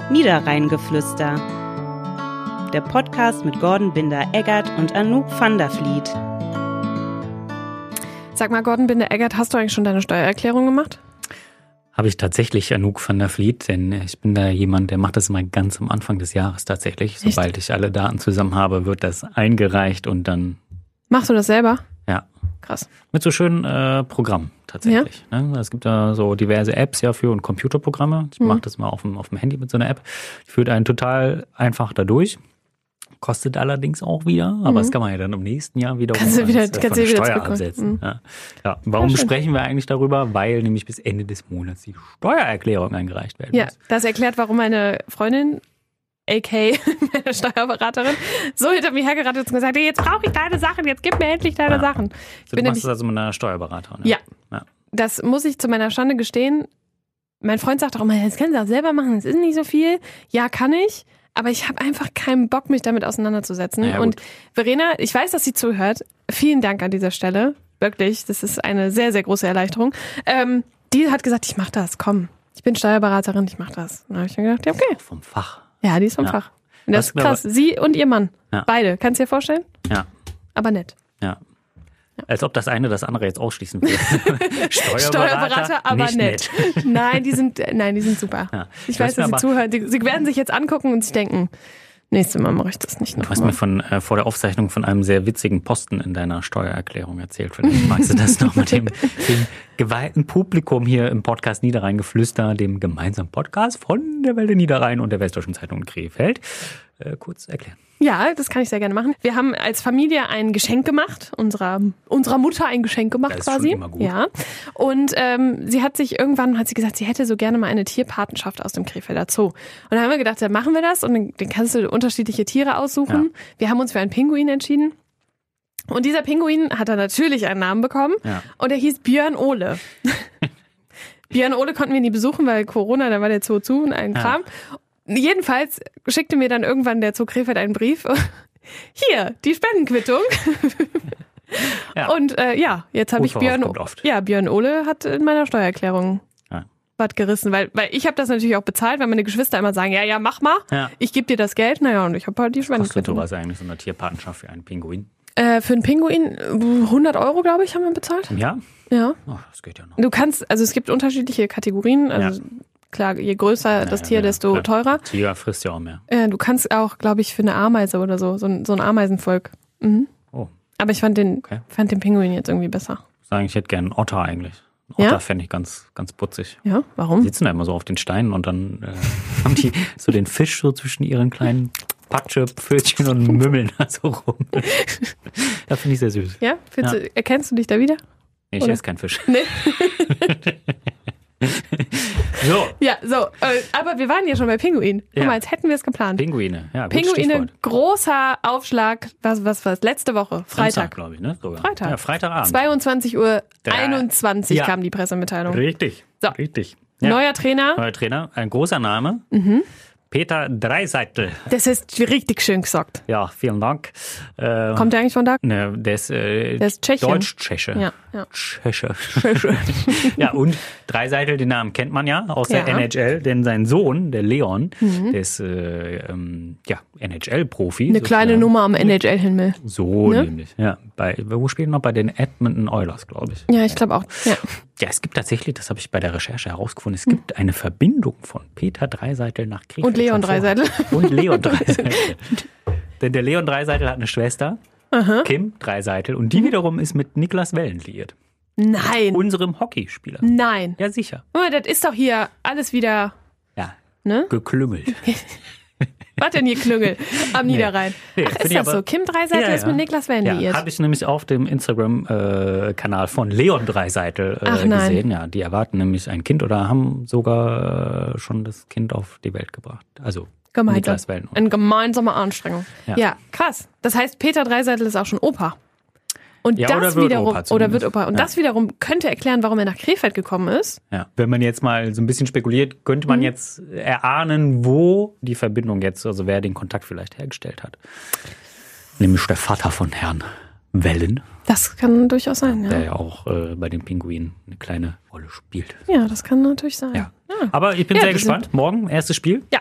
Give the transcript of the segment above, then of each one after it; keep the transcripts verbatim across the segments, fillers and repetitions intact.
Niederrheingeflüster. Der Podcast mit Gordon Binder-Eggert und Anouk van der Vliet. Sag mal, Gordon Binder-Eggert, hast du eigentlich schon deine Steuererklärung gemacht? Habe ich tatsächlich, Anouk van der Vliet, denn ich bin da jemand, der macht das immer ganz am Anfang des Jahres tatsächlich. Echt? Sobald ich alle Daten zusammen habe, wird das eingereicht und dann... Machst du das selber? Ja. Krass. Mit so schönen äh, Programmen tatsächlich. Ja? Ne? Es gibt da so diverse Apps ja für und Computerprogramme. Ich mhm. mache das mal auf dem, auf dem Handy mit so einer App. Die führt einen total einfach dadurch. Kostet allerdings auch wieder, aber mhm. das kann man ja dann im nächsten Jahr wieder, kannst du wieder, als, äh, kannst du wieder Steuer absetzen. Mhm. Ja. Ja. Warum ja, sprechen wir eigentlich darüber? Weil nämlich bis Ende des Monats die Steuererklärung eingereicht werden ja, muss. Das erklärt, warum meine Freundin, a k a meine Steuerberaterin, so hinter mir hergeratet und gesagt, hey, jetzt brauche ich deine Sachen, jetzt gib mir endlich deine ja. Sachen. Ich so, du machst das also mit einer Steuerberaterin? Ja. Ja. ja, das muss ich zu meiner Schande gestehen. Mein Freund sagt auch immer, das kannst du auch selber machen, das ist nicht so viel. Ja, kann ich. Aber ich habe einfach keinen Bock, mich damit auseinanderzusetzen. Ja, und Verena, ich weiß, dass sie zuhört. Vielen Dank an dieser Stelle. Wirklich, das ist eine sehr, sehr große Erleichterung. Ähm, die hat gesagt, ich mache das, komm. Ich bin Steuerberaterin, ich mache das. Dann habe ich mir gedacht, ja, okay. Vom Fach. Ja, die ist vom ja. Fach. Und das ist krass. Sie und ihr Mann. Ja. Beide. Kannst du dir vorstellen? Ja. Aber nett. Ja. Als ob das eine das andere jetzt ausschließen würde. Steuerberater, Steuerberater, aber nicht nett. nett. Nein, die sind, nein, die sind super. Ja. Ich weiß, dass sie zuhören. Die, sie werden sich jetzt angucken und sich denken, nächstes Mal mache ich das nicht noch. Du hast mir von, äh, vor der Aufzeichnung von einem sehr witzigen Posten in deiner Steuererklärung erzählt. Vielleicht magst du das noch mit dem, dem geweihten Publikum hier im Podcast Niederrheingeflüster, dem gemeinsamen Podcast von der Welle Niederrhein und der Westdeutschen Zeitung in Krefeld, äh, kurz erklären. Ja, das kann ich sehr gerne machen. Wir haben als Familie ein Geschenk gemacht, unserer unserer Mutter ein Geschenk gemacht das ist quasi. Schon immer gut. Ja. Und ähm, sie hat sich irgendwann hat sie gesagt, sie hätte so gerne mal eine Tierpatenschaft aus dem Krefelder Zoo. Und dann haben wir gedacht, dann machen wir das und dann, dann kannst du unterschiedliche Tiere aussuchen. Ja. Wir haben uns für einen Pinguin entschieden. Und dieser Pinguin hat dann natürlich einen Namen bekommen ja. und er hieß Björn Ole. Björn Ole konnten wir nie besuchen, weil Corona, da war der Zoo zu und ein Kram. Ja. Jedenfalls schickte mir dann irgendwann der Zoo Krefeld einen Brief. Hier, die Spendenquittung. Ja. Und äh, ja, jetzt habe ich Björn, ja, Björn Ole hat in meiner Steuererklärung ja. was gerissen. Weil, weil ich habe das natürlich auch bezahlt, weil meine Geschwister immer sagen, ja, ja, mach mal, ja. ich gebe dir das Geld. Naja, und ich habe halt die Spendenquittung. Was kostet sowas eigentlich, so eine Tierpatenschaft für einen Pinguin? Äh, für einen Pinguin hundert Euro, glaube ich, haben wir bezahlt. Ja? Ja. Oh, das geht ja noch. Du kannst, also es gibt unterschiedliche Kategorien, also ja. Klar, je größer ja, das Tier, ja, desto ja. teurer. Tiger frisst ja auch mehr. Äh, du kannst auch, glaube ich, für eine Ameise oder so, so ein, so ein Ameisenvolk. Mhm. Oh. Aber ich fand den, okay. fand den Pinguin jetzt irgendwie besser. Ich sagen, ich hätte gerne einen Otter eigentlich. Einen Otter ja? fände ich ganz, ganz putzig. Ja, warum? Die sitzen da immer so auf den Steinen und dann äh, haben die so den Fisch so zwischen ihren kleinen Patschepfötchen und mümmeln da so rum. Das finde ich sehr süß. Ja? ja. Du, erkennst du dich da wieder? Nee, ich esse keinen Fisch. Nee. So. Ja, so. Äh, aber wir waren ja schon bei Pinguin. Guck ja. mal, als hätten wir es geplant. Pinguine, ja. Pinguine, Stichwort. Großer Aufschlag. Was, was war es? Letzte Woche. Freitag. glaube ich, ne? Sogar. Freitag. Ja, Freitagabend. zweiundzwanzig Uhr einundzwanzig ja. kam die Pressemitteilung. Richtig. So. Richtig. Ja. Neuer Trainer. Neuer Trainer. Ein großer Name. Mhm. Peter Dreiseitel. Das ist richtig schön gesagt. Ja, vielen Dank. Äh, Kommt der eigentlich von da? Ne, der ist, äh, der ist Tschechien. Deutsch-Tscheche. Ja, ja. Tscheche. Ja, und Dreiseitel, den Namen kennt man ja aus der ja. N H L, denn sein Sohn, der Leon, mhm. der ist äh, ähm, ja, N H L-Profi. Eine kleine sozusagen. Nummer am N H L-Himmel. So ne? nämlich, ja. Bei, wo spielen noch? Bei den Edmonton Oilers, glaube ich. Ja, ich glaube auch. Ja. Ja, es gibt tatsächlich, das habe ich bei der Recherche herausgefunden, es gibt eine Verbindung von Peter Dreiseitel nach Krefeld. Und Leon Dreiseitel. Und Leon Dreiseitel. Denn der Leon Dreiseitel hat eine Schwester, aha. Kim Dreiseitel, und die wiederum ist mit Niklas Wellen liiert. Nein. Unserem Hockeyspieler. Nein. Ja, sicher. Oh, das ist doch hier alles wieder... Ja, ne? geklüngelt. Was denn hier Klüngel am Niederrhein? Nee, nee, ach, ist das aber, so? Kim Dreiseitel ja, ist mit ja. Niklas Wellen ja, liiert. Habe ich nämlich auf dem Instagram-Kanal von Leon Dreiseitel äh, ach, nein. gesehen. Ja, die erwarten nämlich ein Kind oder haben sogar äh, schon das Kind auf die Welt gebracht. Also Gemeinsam. Niklas Wellen. Eine gemeinsame Anstrengung. Ja. ja, krass. Das heißt, Peter Dreiseitel ist auch schon Opa. Und ja, das oder wird wiederum, Opa oder wird Opa. Und ja. das wiederum könnte erklären, warum er nach Krefeld gekommen ist. Ja. Wenn man jetzt mal so ein bisschen spekuliert, könnte man mhm. jetzt erahnen, wo die Verbindung jetzt, also wer den Kontakt vielleicht hergestellt hat. Nämlich der Vater von Herrn Wellen. Das kann durchaus sein, ja. Der ja auch äh, bei den Pinguinen eine kleine Rolle spielt. Ja, das kann natürlich sein. Ja. Ja. Aber ich bin ja, sehr gespannt. Morgen, erstes Spiel. Ja.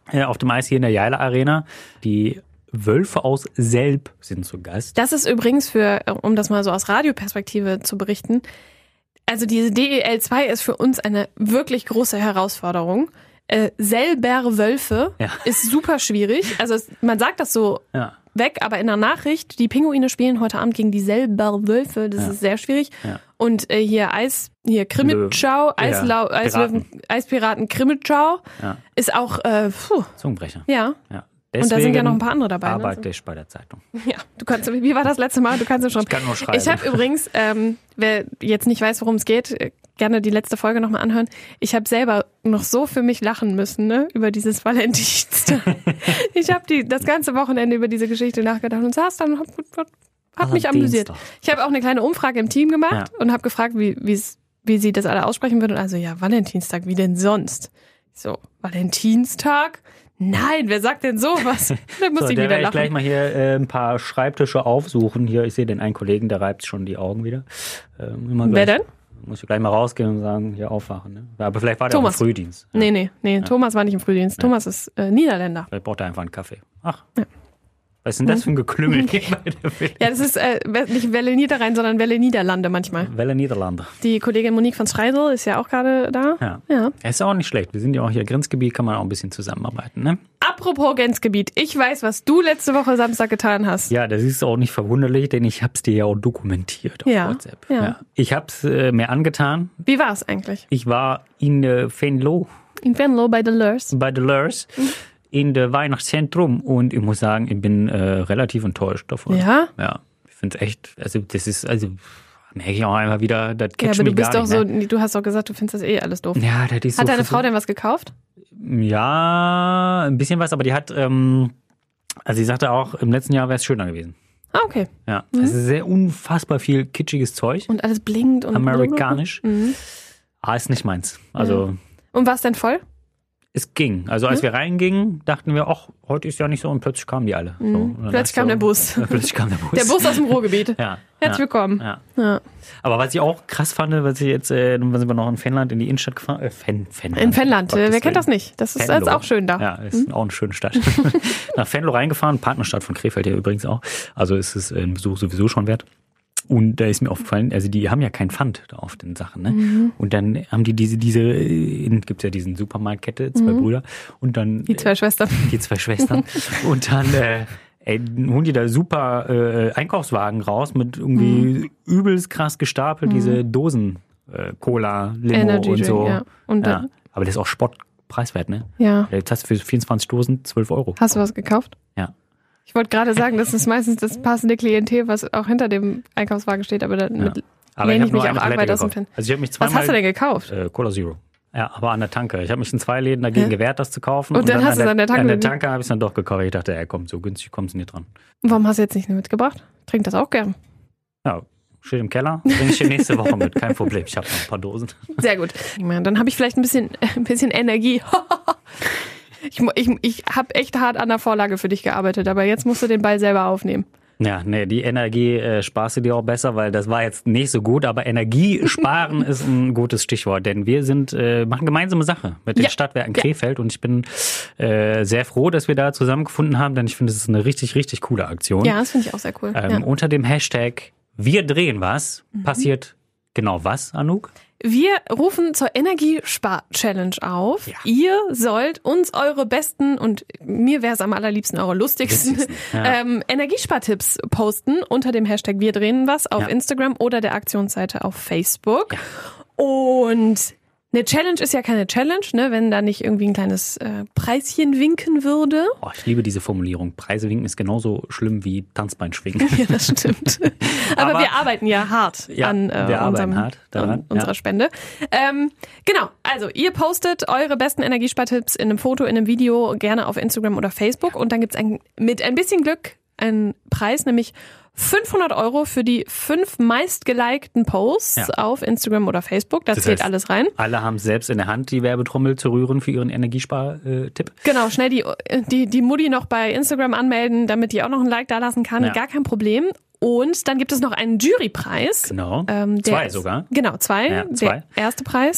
äh, auf dem Eis hier in der Jeile Arena. Die Wölfe aus Selb sind zu Gast. Das ist übrigens für, um das mal so aus Radioperspektive zu berichten, also diese D E L zwei ist für uns eine wirklich große Herausforderung. Äh, Selber Wölfe Ja. ist super schwierig. Also es, man sagt das so Ja. weg, aber in der Nachricht, die Pinguine spielen heute Abend gegen die Selber Wölfe, das Ja. ist sehr schwierig. Ja. Und äh, hier Eis, hier Krimitschau, Löwen. Eislau, Ja, Eislöwen, Eispiraten Krimitschau Ja. ist auch, äh, puh, Zungenbrecher. ja. Ja. Und da sind ja Deswegen noch ein paar andere dabei. arbeite Ne? ich bei der Zeitung. Ja, du kannst, wie war das letzte Mal? Du kannst ja schon. Ich kann nur schreiben. Ich habe übrigens, ähm, wer jetzt nicht weiß, worum es geht, äh, gerne die letzte Folge nochmal anhören. Ich habe selber noch so für mich lachen müssen, ne, über dieses Valentinstag. Ich habe die das ganze Wochenende über diese Geschichte nachgedacht und saß dann und hab, hab mich amüsiert. Ich habe auch eine kleine Umfrage im Team gemacht Ja. und habe gefragt, wie wie's, wie sie das alle aussprechen würden. Und also ja, Valentinstag, wie denn sonst? Ich so, Valentinstag? Nein, wer sagt denn sowas? Da muss So, ich da wieder werde ich lachen. gleich mal hier äh, ein paar Schreibtische aufsuchen. Hier, ich sehe den einen Kollegen, der reibt schon die Augen wieder. Ähm, immer Wer gleich, denn? Muss ich gleich mal rausgehen und sagen, hier aufwachen. Ne? Aber vielleicht war der Thomas. auch im Frühdienst. Ja. Nee, nee, nee, Thomas war nicht im Frühdienst. Thomas ist äh, Niederländer. Vielleicht braucht er einfach einen Kaffee. Ach, Ja. was ist denn das für ein Geklüngel hier bei der Welle? Ja, das ist äh, nicht Welle Niederrhein, sondern Welle Niederlande manchmal. Welle Niederlande. Die Kollegin Monique von Schreidel ist ja auch gerade da. Ja. Ja. Ist auch nicht schlecht. Wir sind ja auch hier Grenzgebiet, kann man auch ein bisschen zusammenarbeiten. Ne? Apropos Grenzgebiet, ich weiß, was du letzte Woche Samstag getan hast. Ja, das ist auch nicht verwunderlich, denn ich habe es dir ja auch dokumentiert auf Ja, WhatsApp. ja. Ich habe es äh, mir angetan. Wie war es eigentlich? Ich war in äh, Venlo In Venlo bei The Lurs. bei The Lurs in der Weihnachtszentrum und ich muss sagen, ich bin äh, relativ enttäuscht davon. Ja? Ja, ich finde es echt, also das ist, also merke ich auch einmal wieder, das Ja, catcht aber du mich bist gar doch nicht, so, ne? du hast doch gesagt, du findest das eh alles doof. Ja, das ist Hat so deine für- Frau denn was gekauft? Ja, ein bisschen was, aber die hat, ähm, also sie sagte auch, im letzten Jahr wäre es schöner gewesen. Ah, okay. Ja, es ist sehr unfassbar viel kitschiges Zeug, Und alles blinkt und amerikanisch. Mhm. Ah, ist nicht meins. Also Und war es denn voll? es ging. Also als wir reingingen, dachten wir, ach, heute ist ja nicht so und plötzlich kamen die alle. So, und dann Plötzlich dachte ich kam so, der Bus. Ja, plötzlich kam der Bus. Der Bus aus dem Ruhrgebiet. Ja. Herzlich ja, willkommen. Ja. Ja. Aber was ich auch krass fand, was ich jetzt, äh, dann sind wir noch in Finnland in die Innenstadt gefahren. Äh, Fen, Finnland. In Finnland, Gottes wer Willen. kennt das nicht? Das ist, das Venlo. ist auch schön da. Ja, ist auch eine schöne Stadt. Nach Venlo reingefahren, Partnerstadt von Krefeld hier übrigens auch. Also ist es ein Besuch sowieso schon wert. Und da ist mir aufgefallen, also die haben ja kein Pfand da auf den Sachen, ne? Mhm. Und dann haben die diese, diese, in, gibt's ja diesen Supermarktkette, zwei Mhm. Brüder, und dann Die zwei Schwestern. die zwei Schwestern. Und dann äh, ey, holen die da super äh, Einkaufswagen raus mit irgendwie Mhm. übelst krass gestapelt, diese Dosen äh, Cola, Limo Energy und Drink, so. ja. Und ja. dann- Aber das ist auch Spottpreiswert, ne? Ja. Jetzt hast du für vierundzwanzig Dosen zwölf Euro. Hast du was gekauft? Ja. Ich wollte gerade sagen, das ist meistens das passende Klientel, was auch hinter dem Einkaufswagen steht, aber dann Ja. mit Aber ich lehne habe ich nur mich eine auch arg Palette weit aus dem gekauft. Fenster. Also ich habe mich Was zweimal hast du denn gekauft? Äh, Cola Zero. Ja, aber an der Tanke. Ich habe mich in zwei Läden dagegen Ja. gewehrt, das zu kaufen. Und dann hast du es an der Tanke- An der Tanke habe ich es dann doch gekauft. Ich dachte, ja komm, so günstig kommst du nicht dran. Warum hast du jetzt nicht mitgebracht? Trink das auch gern. Ja, steht im Keller. Bring ich dir nächste Woche mit. Kein Problem. Ich habe noch ein paar Dosen. Sehr gut. Ich meine, dann habe ich vielleicht ein bisschen, ein bisschen Energie. Ich, mu- ich, ich habe echt hart an der Vorlage für dich gearbeitet, aber jetzt musst du den Ball selber aufnehmen. Ja, nee, die Energie äh, sparst du dir auch besser, weil das war jetzt nicht so gut, aber Energie sparen ist ein gutes Stichwort, denn wir sind äh, machen gemeinsame Sache mit den Ja. Stadtwerken Ja. Krefeld und ich bin äh, sehr froh, dass wir da zusammengefunden haben, denn ich finde, es ist eine richtig, richtig coole Aktion. Ja, das finde ich auch sehr cool. Ähm, ja. Unter dem Hashtag Wir drehen was passiert genau was, Anouk? Wir rufen zur Energiespar-Challenge auf. Ja. Ihr sollt uns eure besten und mir wäre es am allerliebsten eure lustigsten Witzigsten, ja. ähm, Energiespartipps posten unter dem Hashtag Wir drehen was auf Ja. Instagram oder der Aktionsseite auf Facebook. Und eine Challenge ist ja keine Challenge, ne, wenn da nicht irgendwie ein kleines äh, Preischen winken würde. Oh, ich liebe diese Formulierung. Preise winken ist genauso schlimm wie Tanzbeinschwingen. Ja, das stimmt. Aber, Aber- wir arbeiten ja hart Ja, an, äh, wir arbeiten unserem, hart daran, an unserer ja. Spende. Ähm, genau, also ihr postet eure besten Energiespartipps in einem Foto, in einem Video, gerne auf Instagram oder Facebook. Und dann gibt's ein, mit ein bisschen Glück einen Preis, nämlich fünfhundert Euro für die fünf meistgelikten Posts Ja. auf Instagram oder Facebook. Das, Das zählt heißt, alles rein. Alle haben es selbst in der Hand, die Werbetrommel zu rühren für ihren Energiespar-Tipp. Genau, schnell die, die, die Mutti noch bei Instagram anmelden, damit die auch noch ein Like da lassen kann. Ja. Gar kein Problem. Und dann gibt es noch einen Jurypreis. Genau. Ähm, der Zwei ist- sogar. Genau, zwei. Ja, zwei. Der erste Preis.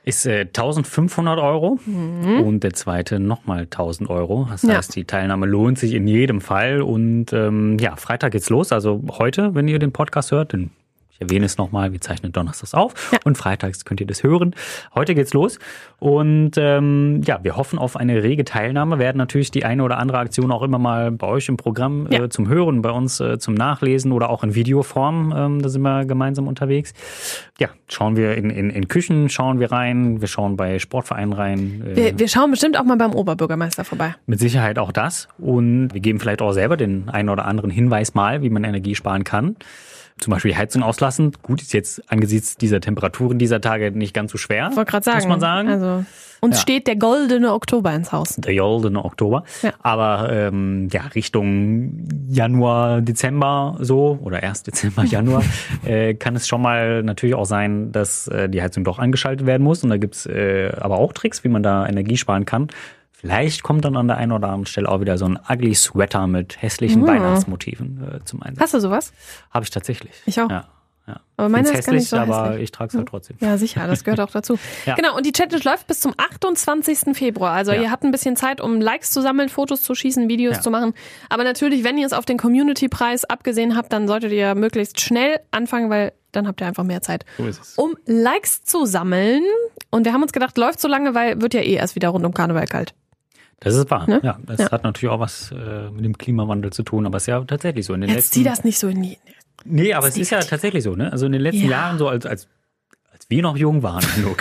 Ist äh, eintausendfünfhundert Euro Mhm. und der zweite nochmal tausend Euro. Das Ja. heißt, die Teilnahme lohnt sich in jedem Fall. Und ähm, ja, Freitag geht's los. Also heute, wenn ihr den Podcast hört, denn ich erwähne es nochmal, wir zeichnen donnerstags auf Ja. und freitags könnt ihr das hören. Heute geht's los und ähm, ja, wir hoffen auf eine rege Teilnahme, werden natürlich die eine oder andere Aktion auch immer mal bei euch im Programm Ja. äh, zum Hören, bei uns äh, zum Nachlesen oder auch in Videoform, ähm, da sind wir gemeinsam unterwegs. Ja, schauen wir in, in, in Küchen, schauen wir rein, wir schauen bei Sportvereinen rein. Äh, Wir, wir schauen bestimmt auch mal beim Oberbürgermeister vorbei. Mit Sicherheit auch das und wir geben vielleicht auch selber den einen oder anderen Hinweis mal, wie man Energie sparen kann. Zum Beispiel die Heizung auslassen. Gut, ist jetzt angesichts dieser Temperaturen dieser Tage nicht ganz so schwer, Ich wollte gerade sagen. muss man sagen. Also, uns Ja. steht der goldene Oktober ins Haus. Der goldene Oktober. Ja. Aber ähm, ja, Richtung Januar, Dezember so oder erst Dezember, Januar äh, kann es schon mal natürlich auch sein, dass äh, die Heizung doch angeschaltet werden muss. Und da gibt's äh, aber auch Tricks, wie man da Energie sparen kann. Vielleicht kommt dann an der einen oder anderen Stelle auch wieder so ein ugly Sweater mit hässlichen Mhm. Weihnachtsmotiven äh, zum Einsatz. Hast du sowas? Habe ich tatsächlich. Ich auch. Ja, ja. Aber meiner Find's ist gar nicht hässlich, so aber hässlich. ich trage es halt trotzdem. Ja, sicher, das gehört auch dazu. Ja. Genau, und die Challenge läuft bis zum achtundzwanzigsten Februar. Also Ja. ihr habt ein bisschen Zeit, um Likes zu sammeln, Fotos zu schießen, Videos Ja. zu machen. Aber natürlich, wenn ihr es auf den Community-Preis abgesehen habt, dann solltet ihr möglichst schnell anfangen, weil dann habt ihr einfach mehr Zeit, So ist es. um Likes zu sammeln. Und wir haben uns gedacht, läuft so lange, weil wird ja eh erst wieder rund um Karneval kalt. Das ist wahr. Ne? Ja, das Ja. hat natürlich auch was äh, mit dem Klimawandel zu tun, aber es ist ja tatsächlich so. In den Jetzt letzten, zieh das nicht so in die... Nee, aber es das ist ja negativ. tatsächlich so, ne? Also in den letzten Ja. Jahren so als als als wir noch jung waren, genug.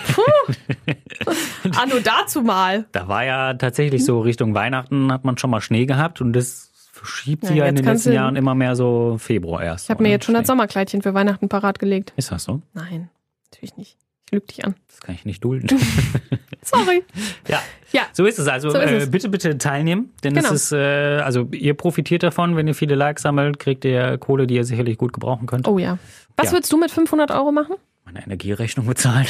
Anno dazu mal. Da war ja tatsächlich so Richtung Weihnachten hat man schon mal Schnee gehabt und das verschiebt sich Ja, ja in jetzt den kannst letzten du- Jahren immer mehr so Februar erst. Ich habe mir oder? jetzt schon das Schnee. Sommerkleidchen für Weihnachten parat gelegt. Ist das so? Nein, natürlich nicht. Ich lüge dich an. Das kann ich nicht dulden. Sorry. Ja, Ja. so ist es. Also So ist äh, es. bitte, bitte teilnehmen, denn Genau. es ist, äh, also ihr profitiert davon, wenn ihr viele Likes sammelt, kriegt ihr Kohle, die ihr sicherlich gut gebrauchen könnt. Oh ja. Was Ja. würdest du mit fünfhundert Euro machen? Meine Energierechnung bezahlen.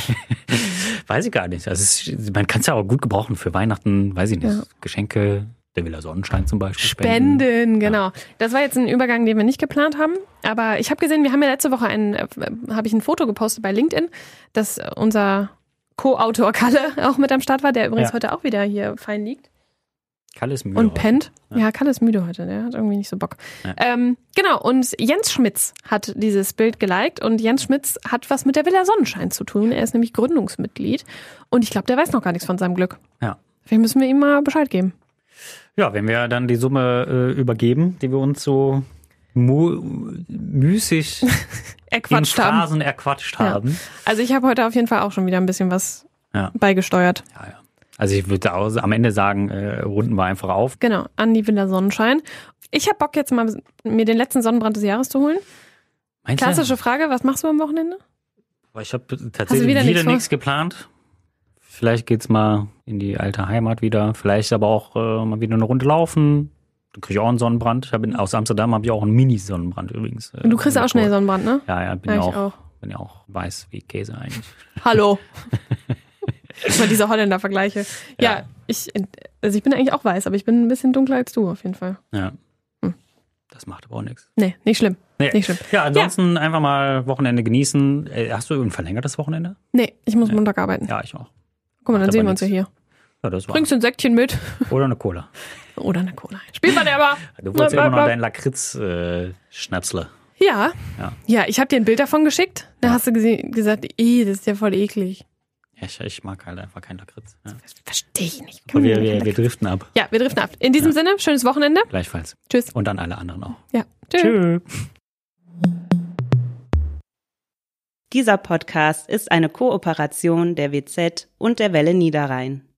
Weiß ich gar nicht. Also es ist, man kann es ja auch gut gebrauchen für Weihnachten, weiß ich nicht. Ja. Geschenke, der Villa Sonnenschein zum Beispiel. Spenden, genau. Das war jetzt ein Übergang, den wir nicht geplant haben. Aber ich habe gesehen, wir haben ja letzte Woche ein, äh, habe ich ein Foto gepostet bei LinkedIn, dass unser Co-Autor Kalle auch mit am Start war, der übrigens Ja. heute auch wieder hier fein liegt. Kalle ist müde Und heute. pennt. Ja. Ja, Kalle ist müde heute, der hat irgendwie nicht so Bock. Ja. Ähm, genau, und Jens Schmitz hat dieses Bild geliked und Jens Schmitz hat was mit der Villa Sonnenschein zu tun. Er ist nämlich Gründungsmitglied und ich glaube, der weiß noch gar nichts von seinem Glück. Ja. Vielleicht müssen wir ihm mal Bescheid geben. Ja, wenn wir dann die Summe äh, übergeben, die wir uns so mu- müßig Er in quatscht haben. Phrasen erquatscht Ja. haben. Also ich habe heute auf jeden Fall auch schon wieder ein bisschen was Ja. beigesteuert. Ja, ja. Also ich würde auch am Ende sagen, äh, runden wir einfach auf. Genau, an die Villa Sonnenschein. Ich habe Bock jetzt mal, mir den letzten Sonnenbrand des Jahres zu holen. Meinst du? Klassische Frage, was machst du am Wochenende? Aber ich habe tatsächlich wieder wieder, nichts vor? nichts geplant. Vielleicht geht's mal in die alte Heimat wieder. Vielleicht aber auch äh, mal wieder eine Runde laufen. Dann kriege ich auch einen Sonnenbrand. Ich hab in, aus Amsterdam habe ich auch einen Mini-Sonnenbrand übrigens. Äh, Und du kriegst auch schnell mitgeholt. Sonnenbrand, ne? Ja, ja, bin Ja, ja ich auch, auch. bin ja auch weiß wie Käse eigentlich. Hallo. Mal diese Holländer-Vergleiche. Ja, Ja. ich, also ich bin eigentlich auch weiß, aber ich bin ein bisschen dunkler als du auf jeden Fall. Ja. Hm. Das macht aber auch nichts. Nee, nicht schlimm. Nee. Nicht schlimm. Ja, ansonsten einfach mal Wochenende genießen. Äh, hast du ein verlängertes Wochenende? Nee, ich muss Montag arbeiten. Ja, ich auch. Guck mal, dann macht sehen aber wir uns ja nix. hier. Ja, das war. Bringst du ein Säckchen mit? Oder eine Cola. Oder eine Cola. Spielverderber. Du wolltest ja immer noch deinen Lakritz-Schnapsler. Ja. Ja. Ja, ich habe dir ein Bild davon geschickt. Da Ja. hast du gese- gesagt, eh, das ist ja voll eklig. Ja, ich, ich mag halt einfach keinen Lakritz. Ja. Verstehe ich nicht. Kann Aber wir, man wir, nicht- wir driften ab. Ja, wir driften ab. In diesem Ja. Sinne, schönes Wochenende. Gleichfalls. Tschüss. Und an alle anderen auch. Ja. Tschüss. Tschüss. Dieser Podcast ist eine Kooperation der W Z und der Welle Niederrhein.